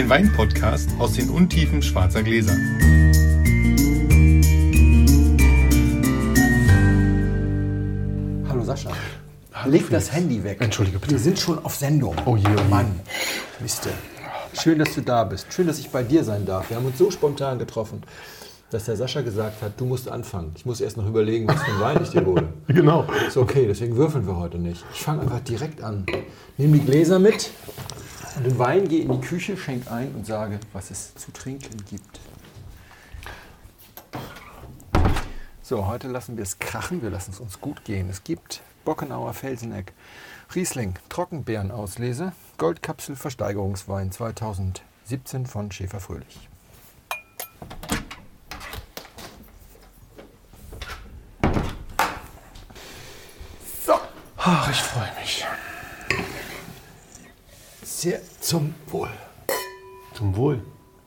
den Wein-Podcast aus den Untiefen schwarzer Gläser. Hallo Sascha. Leg das Handy weg. Entschuldige bitte. Wir sind schon auf Sendung. Oh je, oh je. Mann, Miste. Schön, dass du da bist. Schön, dass ich bei dir sein darf. Wir haben uns so spontan getroffen, dass der Sascha gesagt hat, du musst anfangen. Ich muss erst noch überlegen, was für ein Wein ich dir hole. Genau. Ist okay, deswegen würfeln wir heute nicht. Ich fange einfach direkt an. Nehme die Gläser mit und den Wein, gehe in die Küche, schenke ein und sage, was es zu trinken gibt. So, heute lassen wir es krachen, wir lassen es uns gut gehen. Es gibt Bockenauer Felseneck, Riesling, Trockenbeerenauslese, Goldkapsel Versteigerungswein 2017 von Schäfer-Fröhlich. So. Ach, ich freue mich. Sehr zum Wohl. Zum Wohl.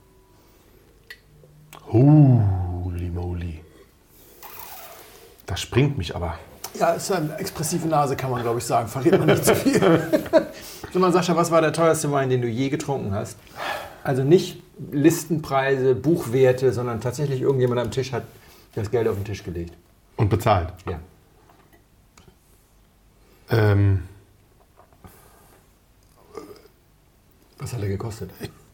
Holy moly. Das springt mich aber. Ja, ist eine expressive Nase, kann man glaube ich sagen. Verrät man nicht zu viel. Sag mal, Sascha, was war der teuerste Wein, den du je getrunken hast? Also nicht Listenpreise, Buchwerte, sondern tatsächlich irgendjemand am Tisch hat das Geld auf den Tisch gelegt. Und bezahlt. Ja. Was hat er gekostet?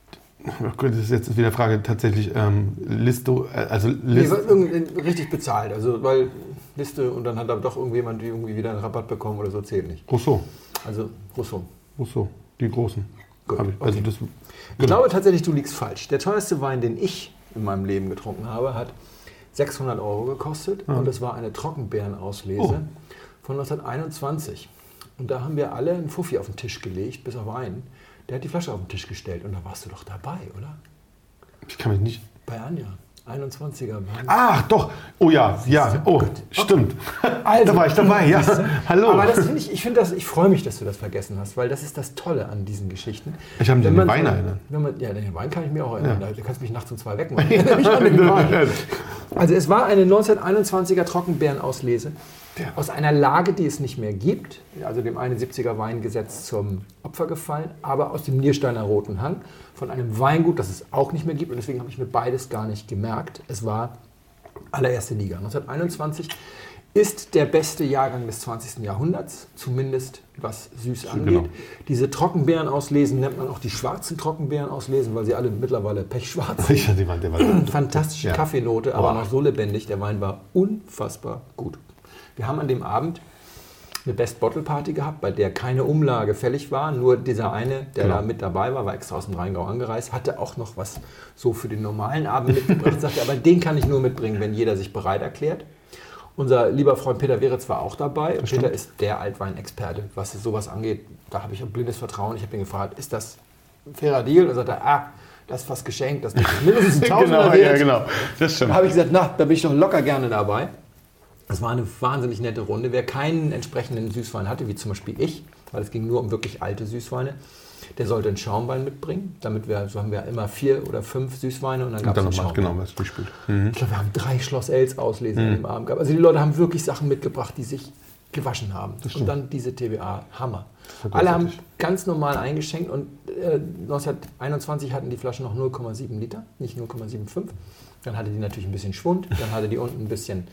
Das ist jetzt wieder eine Frage tatsächlich Liste, also Liste. Nee, richtig bezahlt, also weil Liste und dann hat aber doch irgendjemand irgendwie wieder einen Rabatt bekommen oder so, zählt nicht. Rousseau. Also Rousseau. Rousseau, die Großen. Gut, Also okay. das, Ich glaube tatsächlich, du liegst falsch. Der teuerste Wein, den ich in meinem Leben getrunken habe, hat 600 € gekostet und es war eine Trockenbeerenauslese von 1921. Und da haben wir alle einen Fuffi auf den Tisch gelegt, bis auf einen. Der hat die Flasche auf den Tisch gestellt und da warst du doch dabei, oder? Ich kann mich nicht... Bei Anja, 21er Wein. Ach, doch. Oh ja, ja. Oh, stimmt. Also, da war ich dabei, ja. Hallo. Aber das finde ich freue mich, dass du das vergessen hast, weil das ist das Tolle an diesen Geschichten. Ich habe mich an den Wein erinnert. Ja, den Wein kann ich mir auch erinnern. Ja. Du kannst mich nachts um 2 wegmachen. Ich erinnere mich an den Wein. Also es war eine 1921er Trockenbeerenauslese aus einer Lage, die es nicht mehr gibt, also dem 71er Weingesetz zum Opfer gefallen, aber aus dem Niersteiner Roten Hang, von einem Weingut, das es auch nicht mehr gibt und deswegen habe ich mir beides gar nicht gemerkt. Es war allererste Liga. 1921 ist der beste Jahrgang des 20. Jahrhunderts, zumindest was süß angeht. Genau. Diese Trockenbeerenauslesen nennt man auch die schwarzen Trockenbeerenauslesen, weil sie alle mittlerweile pechschwarz sind. Fantastische Kaffeenote, aber noch so lebendig. Der Wein war unfassbar gut. Wir haben an dem Abend eine Best-Bottle-Party gehabt, bei der keine Umlage fällig war. Nur dieser eine, der da mit dabei war extra aus dem Rheingau angereist, hatte auch noch was so für den normalen Abend mitgebracht. Sagte, aber den kann ich nur mitbringen, wenn jeder sich bereit erklärt. Unser lieber Freund Peter Weritz war auch dabei. Und Peter ist der Altweinexperte, was sowas angeht. Da habe ich ein blindes Vertrauen. Ich habe ihn gefragt, ist das ein fairer Deal? Und er sagte, das ist fast geschenkt, das ist mindestens ein Tausender wert. Ja, genau. Das stimmt. Da habe ich gesagt, da bin ich doch locker gerne dabei. Das war eine wahnsinnig nette Runde. Wer keinen entsprechenden Süßwein hatte, wie zum Beispiel ich, weil es ging nur um wirklich alte Süßweine, der sollte einen Schaumwein mitbringen. So haben wir immer 4 oder 5 Süßweine und dann gab es einen Schaumwein. Genau, was durchspült. Ich glaube, wir haben 3 Schloss Els Auslese an dem Abend gehabt. Also die Leute haben wirklich Sachen mitgebracht, die sich gewaschen haben. Und dann diese TBA, Hammer. Alle haben ganz normal eingeschenkt und 1921 hatten die Flaschen noch 0,7 Liter, nicht 0,75. Dann hatte die natürlich ein bisschen Schwund, dann hatte die unten ein bisschen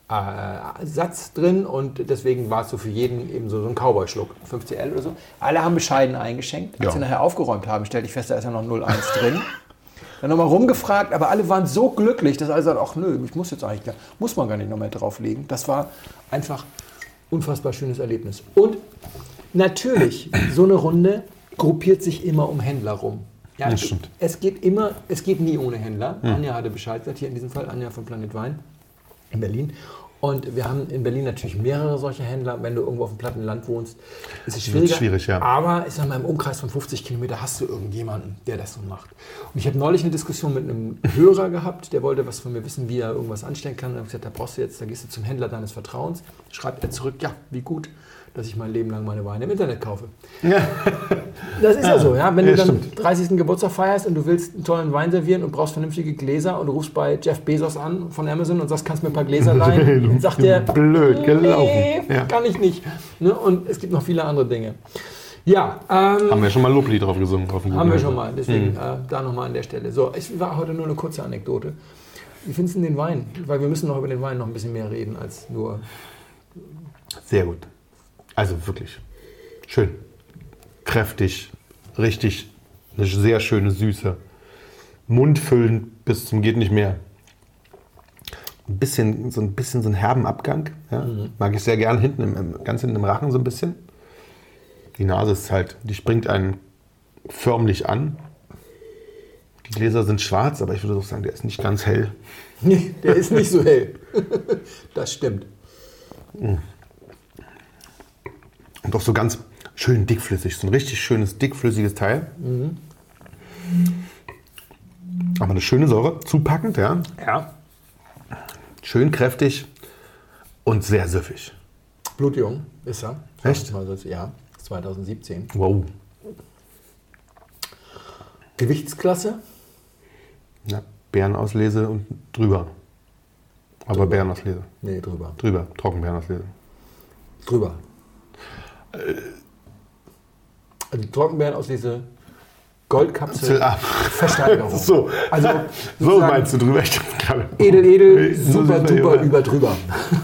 Satz drin und deswegen war es so für jeden eben so ein Cowboy-Schluck, 5cl oder so. Alle haben bescheiden eingeschenkt. Als wir nachher aufgeräumt haben, stellte ich fest, da ist ja noch 0,1 drin. Dann nochmal rumgefragt, aber alle waren so glücklich, dass alle sagten, ach nö, ich muss jetzt eigentlich, muss man gar nicht noch mehr drauflegen. Das war einfach unfassbar schönes Erlebnis. Und natürlich, so eine Runde gruppiert sich immer um Händler rum. Ja, das stimmt. Es geht nie ohne Händler. Anja hatte Bescheid gesagt, hier in diesem Fall Anja von Planet Wein in Berlin. Und wir haben in Berlin natürlich mehrere solcher Händler. Wenn du irgendwo auf dem platten Land wohnst, ist es schwieriger. Schwierig, ja. Aber ich sag mal, im Umkreis von 50 Kilometer hast du irgendjemanden, der das so macht. Und ich habe neulich eine Diskussion mit einem Hörer gehabt, der wollte was von mir wissen, wie er irgendwas anstellen kann. Und ich habe gesagt, da gehst du zum Händler deines Vertrauens. Schreibt er zurück, ja, wie gut, dass ich mein Leben lang meine Weine im Internet kaufe. Ja. Das ist ja so, ja. Wenn du dann 30. Geburtstag feierst und du willst einen tollen Wein servieren und brauchst vernünftige Gläser und du rufst bei Jeff Bezos an von Amazon und sagst, kannst du mir ein paar Gläser leihen? Dann sagt der, blöd gelaufen. Nee, kann ich nicht. Ne? Und es gibt noch viele andere Dinge. Ja. Haben wir schon mal Loblied drauf gesungen. Haben wir schon mal, deswegen da nochmal an der Stelle. So, es war heute nur eine kurze Anekdote. Wie findest du den Wein? Weil wir müssen noch über den Wein noch ein bisschen mehr reden als nur... Sehr gut. Also wirklich schön. Kräftig, richtig, eine sehr schöne Süße. Mundfüllend bis zum geht nicht mehr. So einen herben Abgang. Ja? Mag ich sehr gern, ganz hinten im Rachen so ein bisschen. Die Nase ist halt, die springt einen förmlich an. Die Gläser sind schwarz, aber ich würde auch sagen, der ist nicht ganz hell. Nee, der ist nicht so hell. Das stimmt. Und auch so ganz schön dickflüssig. So ein richtig schönes, dickflüssiges Teil. Aber eine schöne Säure, zupackend, ja. Ja. Schön kräftig und sehr süffig. Blutjung ist er. Echt? Ja, 2017. Wow. Gewichtsklasse? Ja, Beerenauslese und drüber. Aber Beerenauslese. Nee, drüber. Drüber, Trockenbeerenauslese. Drüber. Also Trockenbeerenauslese, Goldkapsel, Versteigerung. So, also so meinst du drüber? Edel, super, duper, über drüber.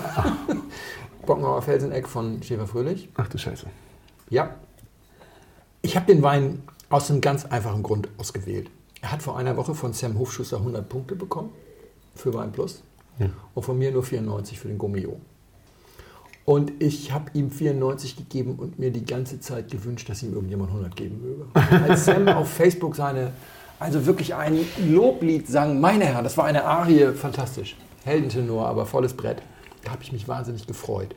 Bockenauer Felseneck von Schäfer-Fröhlich. Ach du Scheiße. Ja. Ich habe den Wein aus einem ganz einfachen Grund ausgewählt. Er hat vor einer Woche von Sam Hofschuster 100 Punkte bekommen für Wein Plus und von mir nur 94 für den Gourmillot. Und ich habe ihm 94 gegeben und mir die ganze Zeit gewünscht, dass ihm irgendjemand 100 geben möge. Als Sam auf Facebook also wirklich ein Loblied sang, meine Herren, das war eine Arie, fantastisch. Heldentenor, aber volles Brett. Da habe ich mich wahnsinnig gefreut.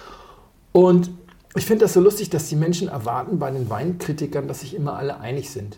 Und ich finde das so lustig, dass die Menschen erwarten bei den Weinkritikern, dass sich immer alle einig sind.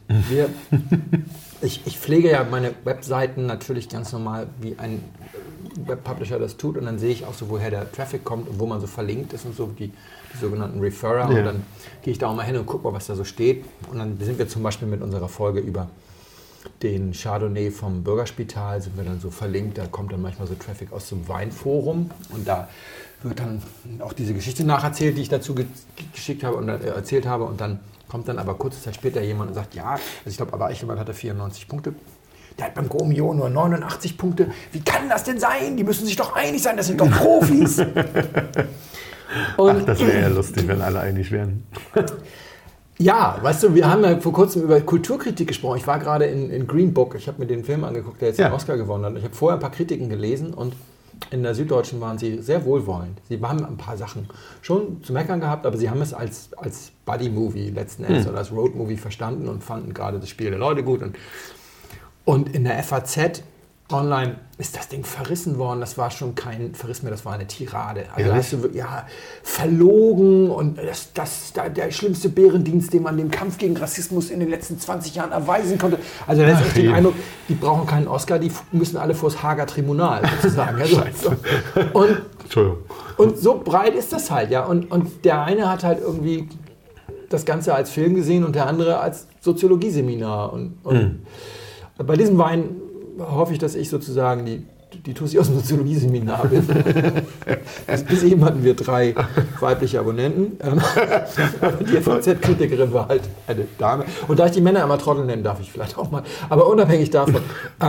Ich pflege ja meine Webseiten natürlich ganz normal, wie ein Webpublisher das tut. Und dann sehe ich auch so, woher der Traffic kommt und wo man so verlinkt ist und so, die sogenannten Referrer. Ja. Und dann gehe ich da auch mal hin und gucke mal, was da so steht. Und dann sind wir zum Beispiel mit unserer Folge über den Chardonnay vom Bürgerspital, sind wir dann so verlinkt. Da kommt dann manchmal so Traffic aus dem Weinforum. Und da wird dann auch diese Geschichte nacherzählt, die ich dazu geschickt habe und erzählt habe. Und dann kommt dann aber kurze Zeit später jemand und sagt, ja, also ich glaube, aber Eichelmann hatte 94 Punkte. Der hat beim Gourmillot nur 89 Punkte. Wie kann das denn sein? Die müssen sich doch einig sein, das sind doch Profis. Ach, das wäre ja lustig, wenn alle einig wären. Ja, weißt du, wir haben ja vor kurzem über Kulturkritik gesprochen. Ich war gerade in Green Book, ich habe mir den Film angeguckt, der jetzt den Oscar gewonnen hat. Ich habe vorher ein paar Kritiken gelesen und in der Süddeutschen waren sie sehr wohlwollend. Sie haben ein paar Sachen schon zu meckern gehabt, aber sie haben es als Buddy-Movie letzten Endes oder als Road-Movie verstanden und fanden gerade das Spiel der Leute gut. Und in der FAZ online ist das Ding verrissen worden. Das war schon kein Verriss mehr, das war eine Tirade. Also ja, hast du verlogen und das der schlimmste Bärendienst, den man dem Kampf gegen Rassismus in den letzten 20 Jahren erweisen konnte. Also da ist echt den Eindruck, die brauchen keinen Oscar, die müssen alle vors Haager Tribunal sozusagen. Entschuldigung. Und so breit ist das halt, ja. Und der eine hat halt irgendwie das Ganze als Film gesehen und der andere als Soziologieseminar. Und bei diesem Wein hoffe ich, dass ich sozusagen die Tussi aus dem Soziologieseminar bin. Bis eben hatten wir 3 weibliche Abonnenten. Die FAZ-Kritikerin war halt eine Dame. Und da ich die Männer immer Trottel nenne, darf ich vielleicht auch mal. Aber unabhängig davon.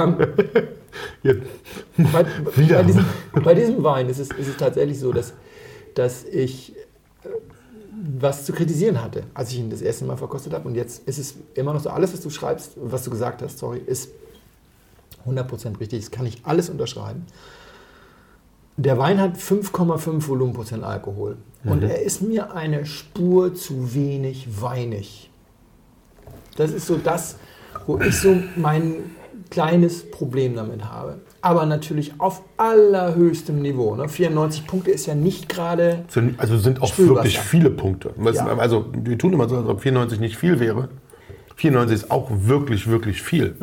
Bei diesem Wein ist es tatsächlich so, dass ich was zu kritisieren hatte, als ich ihn das erste Mal verkostet habe. Und jetzt ist es immer noch so, alles, was du schreibst, was du gesagt hast, ist 100% richtig. Das kann ich alles unterschreiben. Der Wein hat 5,5 Volumenprozent Alkohol. Und er ist mir eine Spur zu wenig weinig. Das ist so das, wo ich so mein kleines Problem damit habe. Aber natürlich auf allerhöchstem Niveau. Ne? 94 Punkte ist ja nicht gerade. Also sind auch wirklich viele Punkte. Also wir tun immer so, als ob 94 nicht viel wäre. 94 ist auch wirklich, wirklich viel.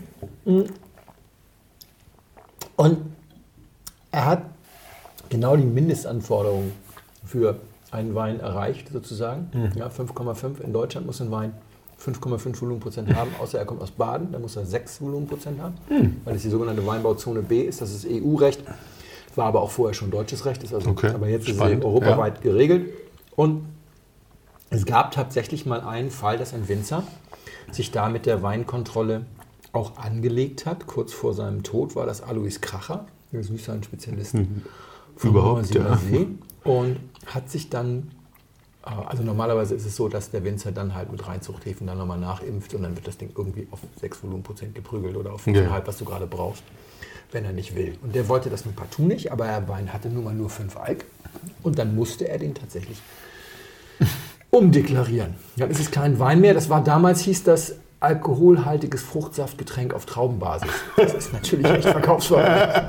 Und er hat genau die Mindestanforderungen für einen Wein erreicht, sozusagen. Ja, 5,5. In Deutschland muss ein Wein 5,5 Volumenprozent haben, außer er kommt aus Baden, da muss er 6 Volumenprozent haben, weil es die sogenannte Weinbauzone B ist, das ist EU-Recht, war aber auch vorher schon deutsches Recht, ist also, aber jetzt ist es europaweit geregelt. Und Es gab tatsächlich mal einen Fall, dass ein Winzer sich da mit der Weinkontrolle auch angelegt hat. Kurz vor seinem Tod war das Alois Kracher, der Süßwein-Spezialist Überhaupt, ja. See, und hat sich dann, also normalerweise ist es so, dass der Winzer dann halt mit Reinzuchthäfen dann nochmal nachimpft und dann wird das Ding irgendwie auf 6 Volumenprozent geprügelt oder auf 5,5, was du gerade brauchst, wenn er nicht will. Und der wollte das mit partout nicht, aber der Wein hatte nun mal nur 5 Alk und dann musste er den tatsächlich umdeklarieren. Dann ist es kein Wein mehr. Das war damals, hieß das alkoholhaltiges Fruchtsaftgetränk auf Traubenbasis. Das ist natürlich echt verkaufsfördernd.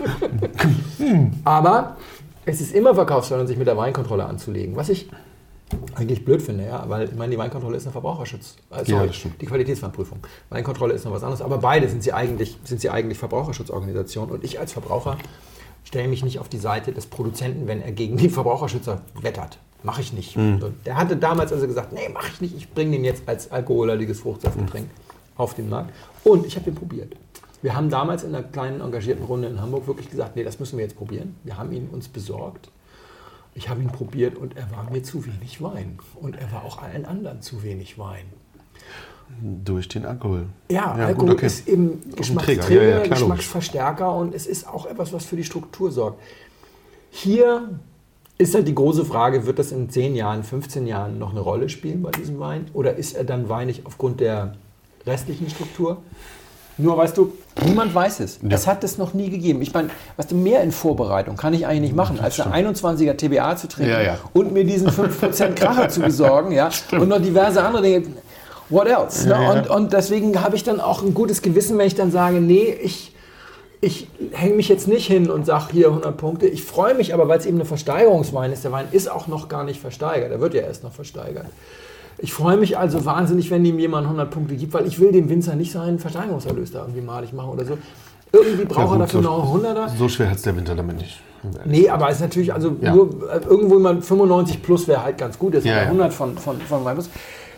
Aber es ist immer verkaufsfördernd, sich mit der Weinkontrolle anzulegen. Was ich eigentlich blöd finde, ja, weil ich meine, die Weinkontrolle ist eine Verbraucherschutz. Die Qualitätsweinprüfung. Weinkontrolle ist noch was anderes, aber beide sind sie eigentlich Verbraucherschutzorganisationen. Und ich als Verbraucher stelle mich nicht auf die Seite des Produzenten, wenn er gegen die Verbraucherschützer wettert. Mache ich nicht. Der hatte damals also gesagt, nee, mache ich nicht. Ich bringe den jetzt als alkoholhaltiges Fruchtsaftgetränk auf den Markt. Und ich habe den probiert. Wir haben damals in einer kleinen engagierten Runde in Hamburg wirklich gesagt, nee, das müssen wir jetzt probieren. Wir haben ihn uns besorgt. Ich habe ihn probiert und er war mir zu wenig Wein. Und er war auch allen anderen zu wenig Wein. Durch den Alkohol. Ja, Alkohol gut, okay. ist eben Geschmacksträger, ja, Geschmacksverstärker und es ist auch etwas, was für die Struktur sorgt. Hier ist halt die große Frage, wird das in 10 Jahren, 15 Jahren noch eine Rolle spielen bei diesem Wein? Oder ist er dann weinig aufgrund der restlichen Struktur? Nur, weißt du, niemand weiß es. Ja. Es hat es noch nie gegeben. Ich meine, weißt du, mehr in Vorbereitung kann ich eigentlich nicht machen, als eine 21er TBA zu trinken und mir diesen 5% Kracher zu besorgen, ja, und noch diverse andere Dinge. What else? Und deswegen habe ich dann auch ein gutes Gewissen, wenn ich dann sage, nee, ich hänge mich jetzt nicht hin und sage hier 100 Punkte. Ich freue mich aber, weil es eben eine Versteigerungswein ist. Der Wein ist auch noch gar nicht versteigert. Er wird ja erst noch versteigert. Ich freue mich also wahnsinnig, wenn ihm jemand 100 Punkte gibt, weil ich will dem Winzer nicht seinen Versteigerungserlös da irgendwie malig machen oder so. Irgendwie braucht er dafür noch 100er. So schwer hat es der Winter damit nicht. Nee, aber es ist natürlich, also nur irgendwo immer 95 plus wäre halt ganz gut. Jetzt 100 von Weinbus.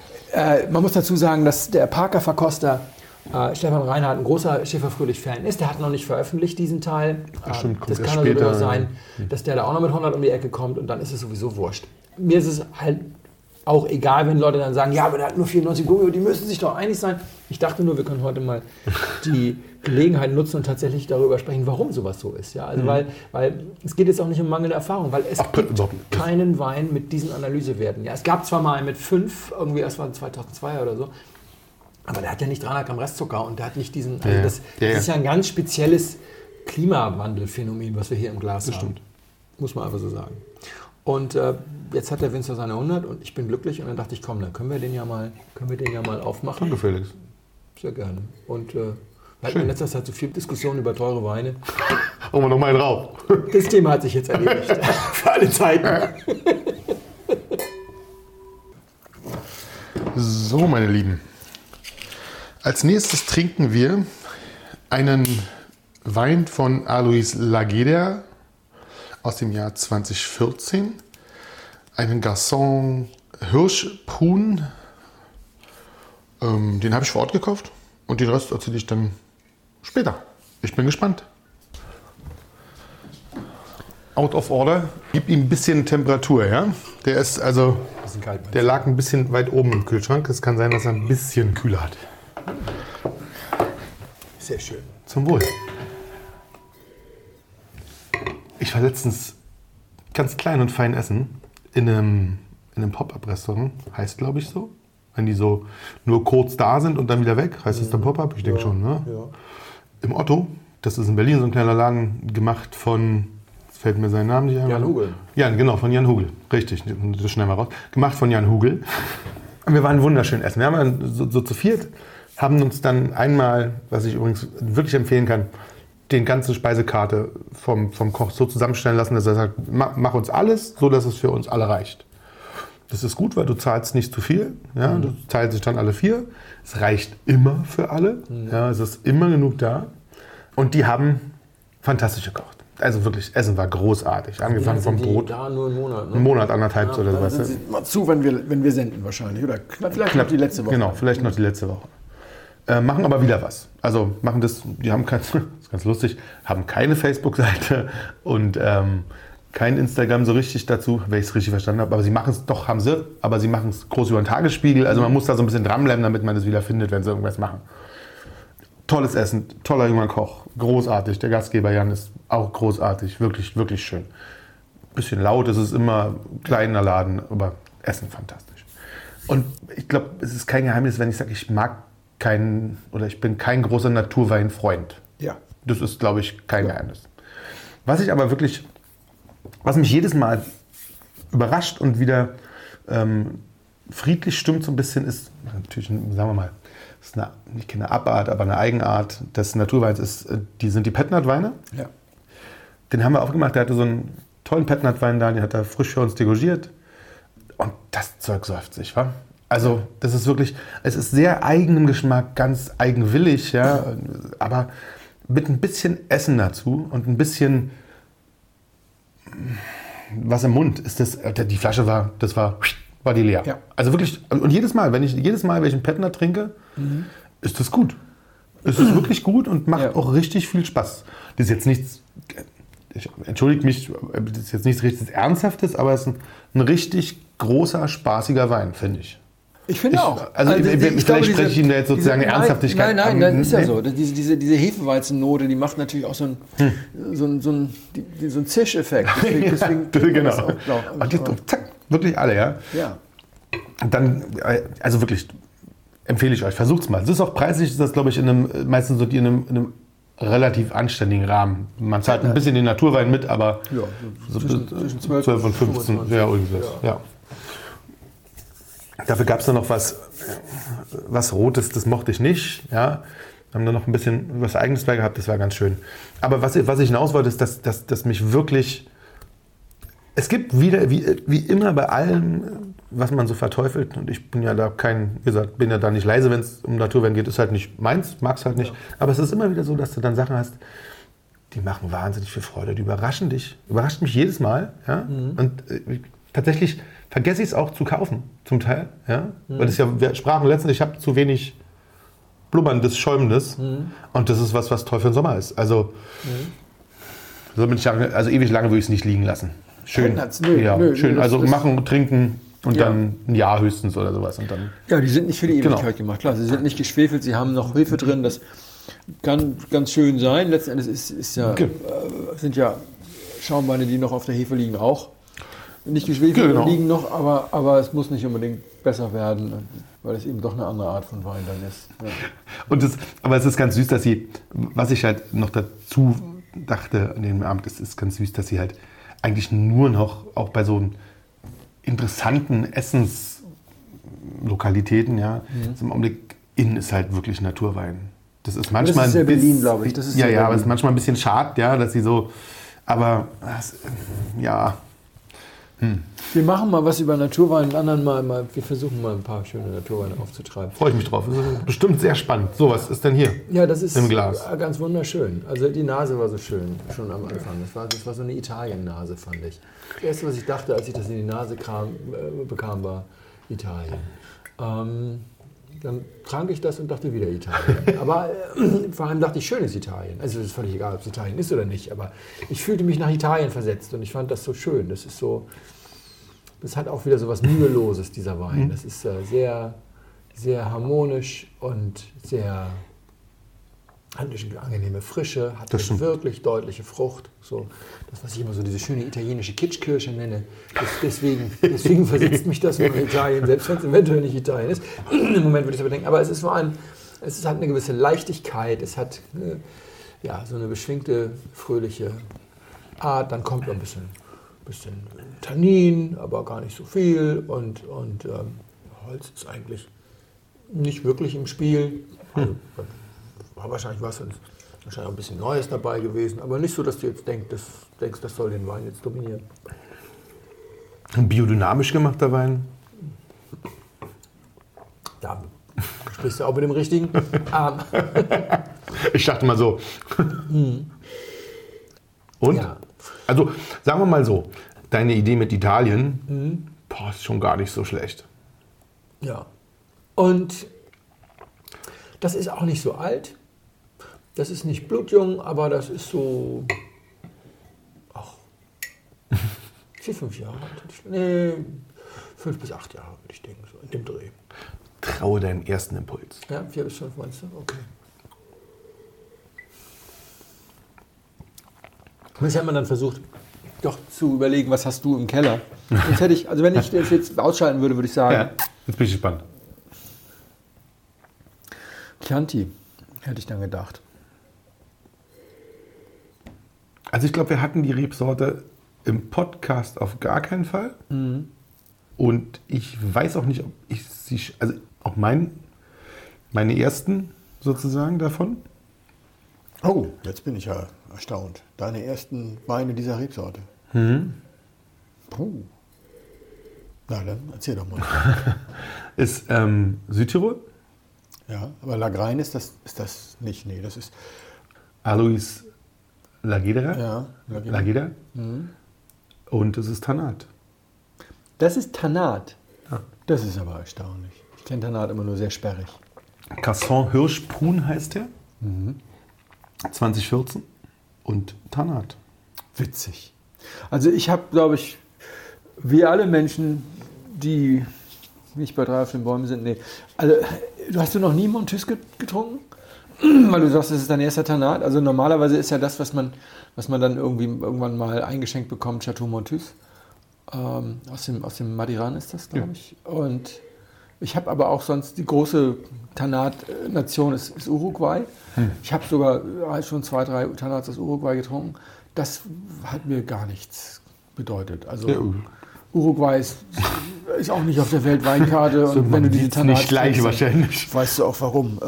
Man muss dazu sagen, dass der Parker-Verkoster Stefan Reinhardt ein großer Schäfer-Fröhlich-Fan ist. Der hat noch nicht veröffentlicht diesen Teil. Das kann also durchaus sein, dass der da auch noch mit 100 um die Ecke kommt und dann ist es sowieso wurscht. Mir ist es halt auch egal, wenn Leute dann sagen, ja, aber der hat nur 94 Gummi, die müssen sich doch einig sein. Ich dachte nur, wir können heute mal die Gelegenheit nutzen und tatsächlich darüber sprechen, warum sowas so ist. Ja, also weil es geht jetzt auch nicht um mangelnde Erfahrung, weil es gibt keinen Wein mit diesen Analysewerten. Ja, es gab zwar mal einen mit 5, irgendwie erst war 2002 oder so, aber der hat ja nicht 300 Gramm Restzucker und der hat nicht diesen, also das ist ja ein ganz spezielles Klimawandelphänomen, was wir hier im Glas haben. Stimmt. Muss man einfach so sagen. Und jetzt hat der Winzer seine 100 und ich bin glücklich und dann dachte ich, komm, dann können wir den ja mal aufmachen. Danke, Felix. Sehr gerne. Und wir hatten in letzter Zeit so viel Diskussion über teure Weine. Hauen wir noch mal drauf. Das Thema hat sich jetzt erledigt. Für alle Zeiten. So, meine Lieben. Als nächstes trinken wir einen Wein von Alois Lageder aus dem Jahr 2014. Einen Garçon Hirschprun. Den habe ich vor Ort gekauft und den Rest erzähle ich dann später. Ich bin gespannt. Out of order. Gib ihm ein bisschen Temperatur, ja? Der ist also, der lag ein bisschen weit oben im Kühlschrank. Es kann sein, dass er ein bisschen kühler hat. Sehr schön. Zum Wohl. Ich war letztens ganz klein und fein essen in einem Pop-Up-Restaurant. Heißt, glaube ich, so. Wenn die so nur kurz da sind und dann wieder weg, heißt das dann Pop-Up? Ich denke schon, ne? Ja. Im Otto, das ist in Berlin so ein kleiner Laden, gemacht von, jetzt fällt mir sein Name nicht ein. Jan Hugel. Ja, genau, von Jan Hugel. Richtig, das schneiden wir raus. Gemacht von Jan Hugel. Und wir waren wunderschön essen. Wir haben so zu viert, haben uns dann einmal, was ich übrigens wirklich empfehlen kann, den ganze Speisekarte vom Koch so zusammenstellen lassen, dass er sagt, mach uns alles, so dass es für uns alle reicht. Das ist gut, weil du zahlst nicht zu viel. Ja? Du teilst sich dann alle 4. Es reicht immer für alle. Ja, es ist immer genug da. Und die haben fantastisch gekocht. Also wirklich, Essen war großartig. Angefangen vom Brot. Da nur einen Monat. Ne? Einen Monat, anderthalb oder sowas. Dann sind sie mal zu, wenn wir senden wahrscheinlich. Oder vielleicht noch die letzte Woche. Genau, vielleicht noch die letzte Woche. Machen aber wieder was. Also die haben das ist ganz lustig, haben keine Facebook-Seite und kein Instagram so richtig dazu, wenn ich es richtig verstanden habe. Aber sie machen es, doch haben sie, aber sie machen es groß über den Tagesspiegel. Also man muss da so ein bisschen dranbleiben, damit man das wieder findet, wenn sie irgendwas machen. Tolles Essen, toller junger Koch, großartig. Der Gastgeber Jan ist auch großartig, wirklich, wirklich schön. Bisschen laut, es ist immer ein kleiner Laden, aber Essen fantastisch. Und ich glaube, es ist kein Geheimnis, wenn ich sage, ich mag keinen oder ich bin kein großer Naturweinfreund. Ja. Das ist, glaube ich, kein Geheimnis. Was ich aber wirklich, was mich jedes Mal überrascht und wieder friedlich stimmt so ein bisschen, ist natürlich, sagen wir mal, das ist nicht keine Abart, aber eine Eigenart des Naturweins ist, sind die Petnat-Weine. Ja. Den haben wir aufgemacht, der hatte so einen tollen Petnat-Wein da, den hat er frisch für uns degorgiert. Und das Zeug säuft sich, wa? Also das ist wirklich, es ist sehr eigenem Geschmack, ganz eigenwillig, ja, aber mit ein bisschen Essen dazu und ein bisschen was im Mund ist das, die Flasche war die leer. Ja. Also wirklich, und jedes Mal, wenn ich einen Petnat trinke, ist das gut. Es ist wirklich gut und macht auch richtig viel Spaß. Das ist jetzt nichts, entschuldigt mich, das ist jetzt nichts richtig Ernsthaftes, aber es ist ein richtig großer, spaßiger Wein, finde ich. Ich finde auch. Also vielleicht spreche ich Ihnen da jetzt sozusagen Ernsthaftigkeit. Nein, das ist ja so. Diese Hefeweizennote, die macht natürlich auch so einen Zischeffekt. Deswegen genau. Und zack, wirklich alle, ja. Ja. Und dann, also wirklich, empfehle ich euch, versucht's mal. Es ist auch preislich, ist das, glaube ich, meistens so in einem relativ anständigen Rahmen. Man zahlt ein bisschen den Naturwein mit, aber so zwischen 12 und 15. Ja, irgendwas. Ja. Dafür gab es dann noch was Rotes, das mochte ich nicht. Ja. Wir haben dann noch ein bisschen was Eigenes bei gehabt, das war ganz schön. Aber was ich hinaus wollte, ist, dass mich wirklich... Es gibt wieder, wie immer bei allem, was man so verteufelt, und ich bin ja da bin ja da nicht leise, wenn es um Naturwein geht, ist halt nicht meins, mag es halt nicht. Ja. Aber es ist immer wieder so, dass du dann Sachen hast, die machen wahnsinnig viel Freude, die überraschen mich jedes Mal. Ja? Und tatsächlich vergesse ich es auch zu kaufen, zum Teil. Ja? Weil wir sprachen letztens, ich habe zu wenig Blubberndes, Schäumendes. Und das ist was toll für den Sommer ist. Also, so bin ich ewig lange würde ich es nicht liegen lassen. Schön, schön. Also machen, trinken und dann ein Jahr höchstens oder sowas. Und dann die sind nicht für die Ewigkeit gemacht. Klar, sie sind nicht geschwefelt, sie haben noch Hefe drin. Das kann ganz schön sein. Letzten Endes sind ja Schaumweine, die noch auf der Hefe liegen, auch nicht geschwefelt liegen noch, aber es muss nicht unbedingt besser werden, weil es eben doch eine andere Art von Wein dann ist. Ja. Aber es ist ganz süß, dass sie, was ich halt noch dazu dachte an dem Abend, ist ganz süß, dass sie halt eigentlich nur noch, auch bei so interessanten Essenslokalitäten, ist im Augenblick, innen ist halt wirklich Naturwein. Das ist manchmal das ist ja Berlin, glaube ich. Das ist aber es ist manchmal ein bisschen schade, dass sie so, aber Wir machen mal was über Naturwein, anderen mal. Wir versuchen mal ein paar schöne Naturweine aufzutreiben. Freue ich mich drauf. Das ist bestimmt sehr spannend. So, was ist denn hier? Ja, das ist im Glas. Ganz wunderschön. Also die Nase war so schön, schon am Anfang. Das war so eine Italien-Nase, fand ich. Das Erste, was ich dachte, als ich das in die Nase bekam, war Italien. Dann trank ich das und dachte wieder Italien. Aber vor allem dachte ich, schönes Italien. Also es ist völlig egal, ob es Italien ist oder nicht. Aber ich fühlte mich nach Italien versetzt und ich fand das so schön. Das ist so, das hat auch wieder so was Müheloses, dieser Wein. Das ist sehr, sehr harmonisch und sehr, hat eine angenehme Frische, hat eine wirklich deutliche Frucht. So, das, was ich immer so diese schöne italienische Kitschkirsche nenne. Deswegen versetzt mich das in Italien, selbst wenn es eventuell nicht Italien ist. Im Moment würde ich es aber denken. Aber es ist vor allem, es hat eine gewisse Leichtigkeit, es hat so eine beschwingte, fröhliche Art. Dann kommt noch ein bisschen Tannin, aber gar nicht so viel. Und Holz ist eigentlich nicht wirklich im Spiel. Also, wahrscheinlich war es auch ein bisschen Neues dabei gewesen, aber nicht so, dass du jetzt denkst, das soll den Wein jetzt dominieren. Ein biodynamisch gemachter Wein? Da sprichst du auch mit dem Richtigen. Ich dachte mal so. Und? Ja. Also, sagen wir mal so, deine Idee mit Italien ist schon gar nicht so schlecht. Ja. Und das ist auch nicht so alt. Das ist nicht blutjung, aber das ist so... 4-5 Jahre. Nee, 5 bis 8 Jahre, würde ich denken, so in dem Dreh. Traue deinem ersten Impuls. Ja, 4 bis 5 meinst du? Okay. Das hat man dann versucht, doch zu überlegen, was hast du im Keller? Jetzt hätte ich, also wenn ich das jetzt ausschalten würde, würde ich sagen. Ja, jetzt bin ich gespannt. Chianti, hätte ich dann gedacht. Also ich glaube, wir hatten die Rebsorte im Podcast auf gar keinen Fall. Mhm. Und ich weiß auch nicht, ob ich sie, also auch meine ersten sozusagen davon. Oh, jetzt bin ich ja erstaunt. Deine ersten Weine dieser Rebsorte. Puh. Na dann, erzähl doch mal. Ist Südtirol. Ja, aber Lagrein ist das nicht. Nee, das ist... Alois Lagedera. Ja, Lageda. Und es ist Tannat. Das ist Tannat. Ja. Das ist aber erstaunlich. Ich kenne Tannat immer nur sehr sperrig. Casson Hirschprun heißt der. 2014. Und Tannat. Witzig. Also ich habe, glaube ich, wie alle Menschen, die nicht bei 3 auf den Bäumen sind, nee. Also, hast du noch nie Montus getrunken? Weil du sagst, das ist dein erster Tannat. Also normalerweise ist ja das, was man dann irgendwann mal eingeschenkt bekommt, Chateau Montus. Aus dem Madiran ist das, glaube ich. Und ich habe aber auch sonst, die große Tannat-Nation ist Uruguay. Ich habe sogar schon 2, 3 Tannats aus Uruguay getrunken. Das hat mir gar nichts bedeutet. Also Ja. Uruguay ist auch nicht auf der Weltweinkarte. So, Und wenn du diese Tannats nicht gleich trinkst, wahrscheinlich. weißt du auch warum.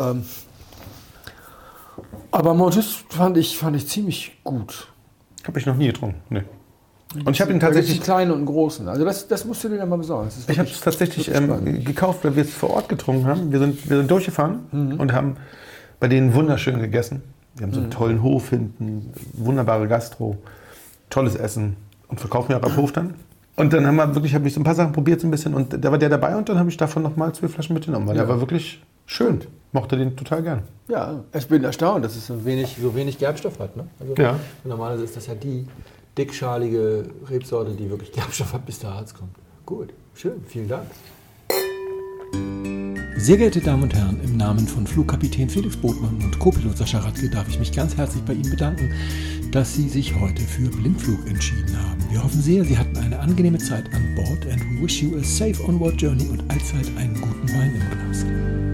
Aber Montus fand ich ziemlich gut. Habe ich noch nie getrunken. Nee. Und ich habe ihn Da gibt's tatsächlich, einen kleinen und einen großen. Also das musst du dir dann mal besorgen. Das ist ich habe wirklich- es tatsächlich wirklich spannend. gekauft, weil wir es vor Ort getrunken haben. Wir sind durchgefahren und haben bei denen wunderschön gegessen. Wir haben so einen tollen Hof hinten, wunderbare Gastro, tolles Essen und verkaufen ja auch am Hof dann. Und dann habe ich so ein paar Sachen probiert so ein bisschen und da war der dabei und dann habe ich davon nochmal 2 Flaschen mitgenommen, weil der war wirklich schön. Mochte den total gern. Ja, ich bin erstaunt, dass es so wenig Gerbstoff hat. Ne? Also Ja. Normalerweise ist das ja die dickschalige Rebsorte, die wirklich Gerbstoff hat, bis der Harz kommt. Gut, schön, vielen Dank. Sehr geehrte Damen und Herren, im Namen von Flugkapitän Felix Botmann und Co-Pilot Sascha Radke darf ich mich ganz herzlich bei Ihnen bedanken, dass Sie sich heute für Blindflug entschieden haben. Wir hoffen sehr, Sie hatten eine angenehme Zeit an Bord and we wish you a safe onward journey und allzeit einen guten Wein im Glas.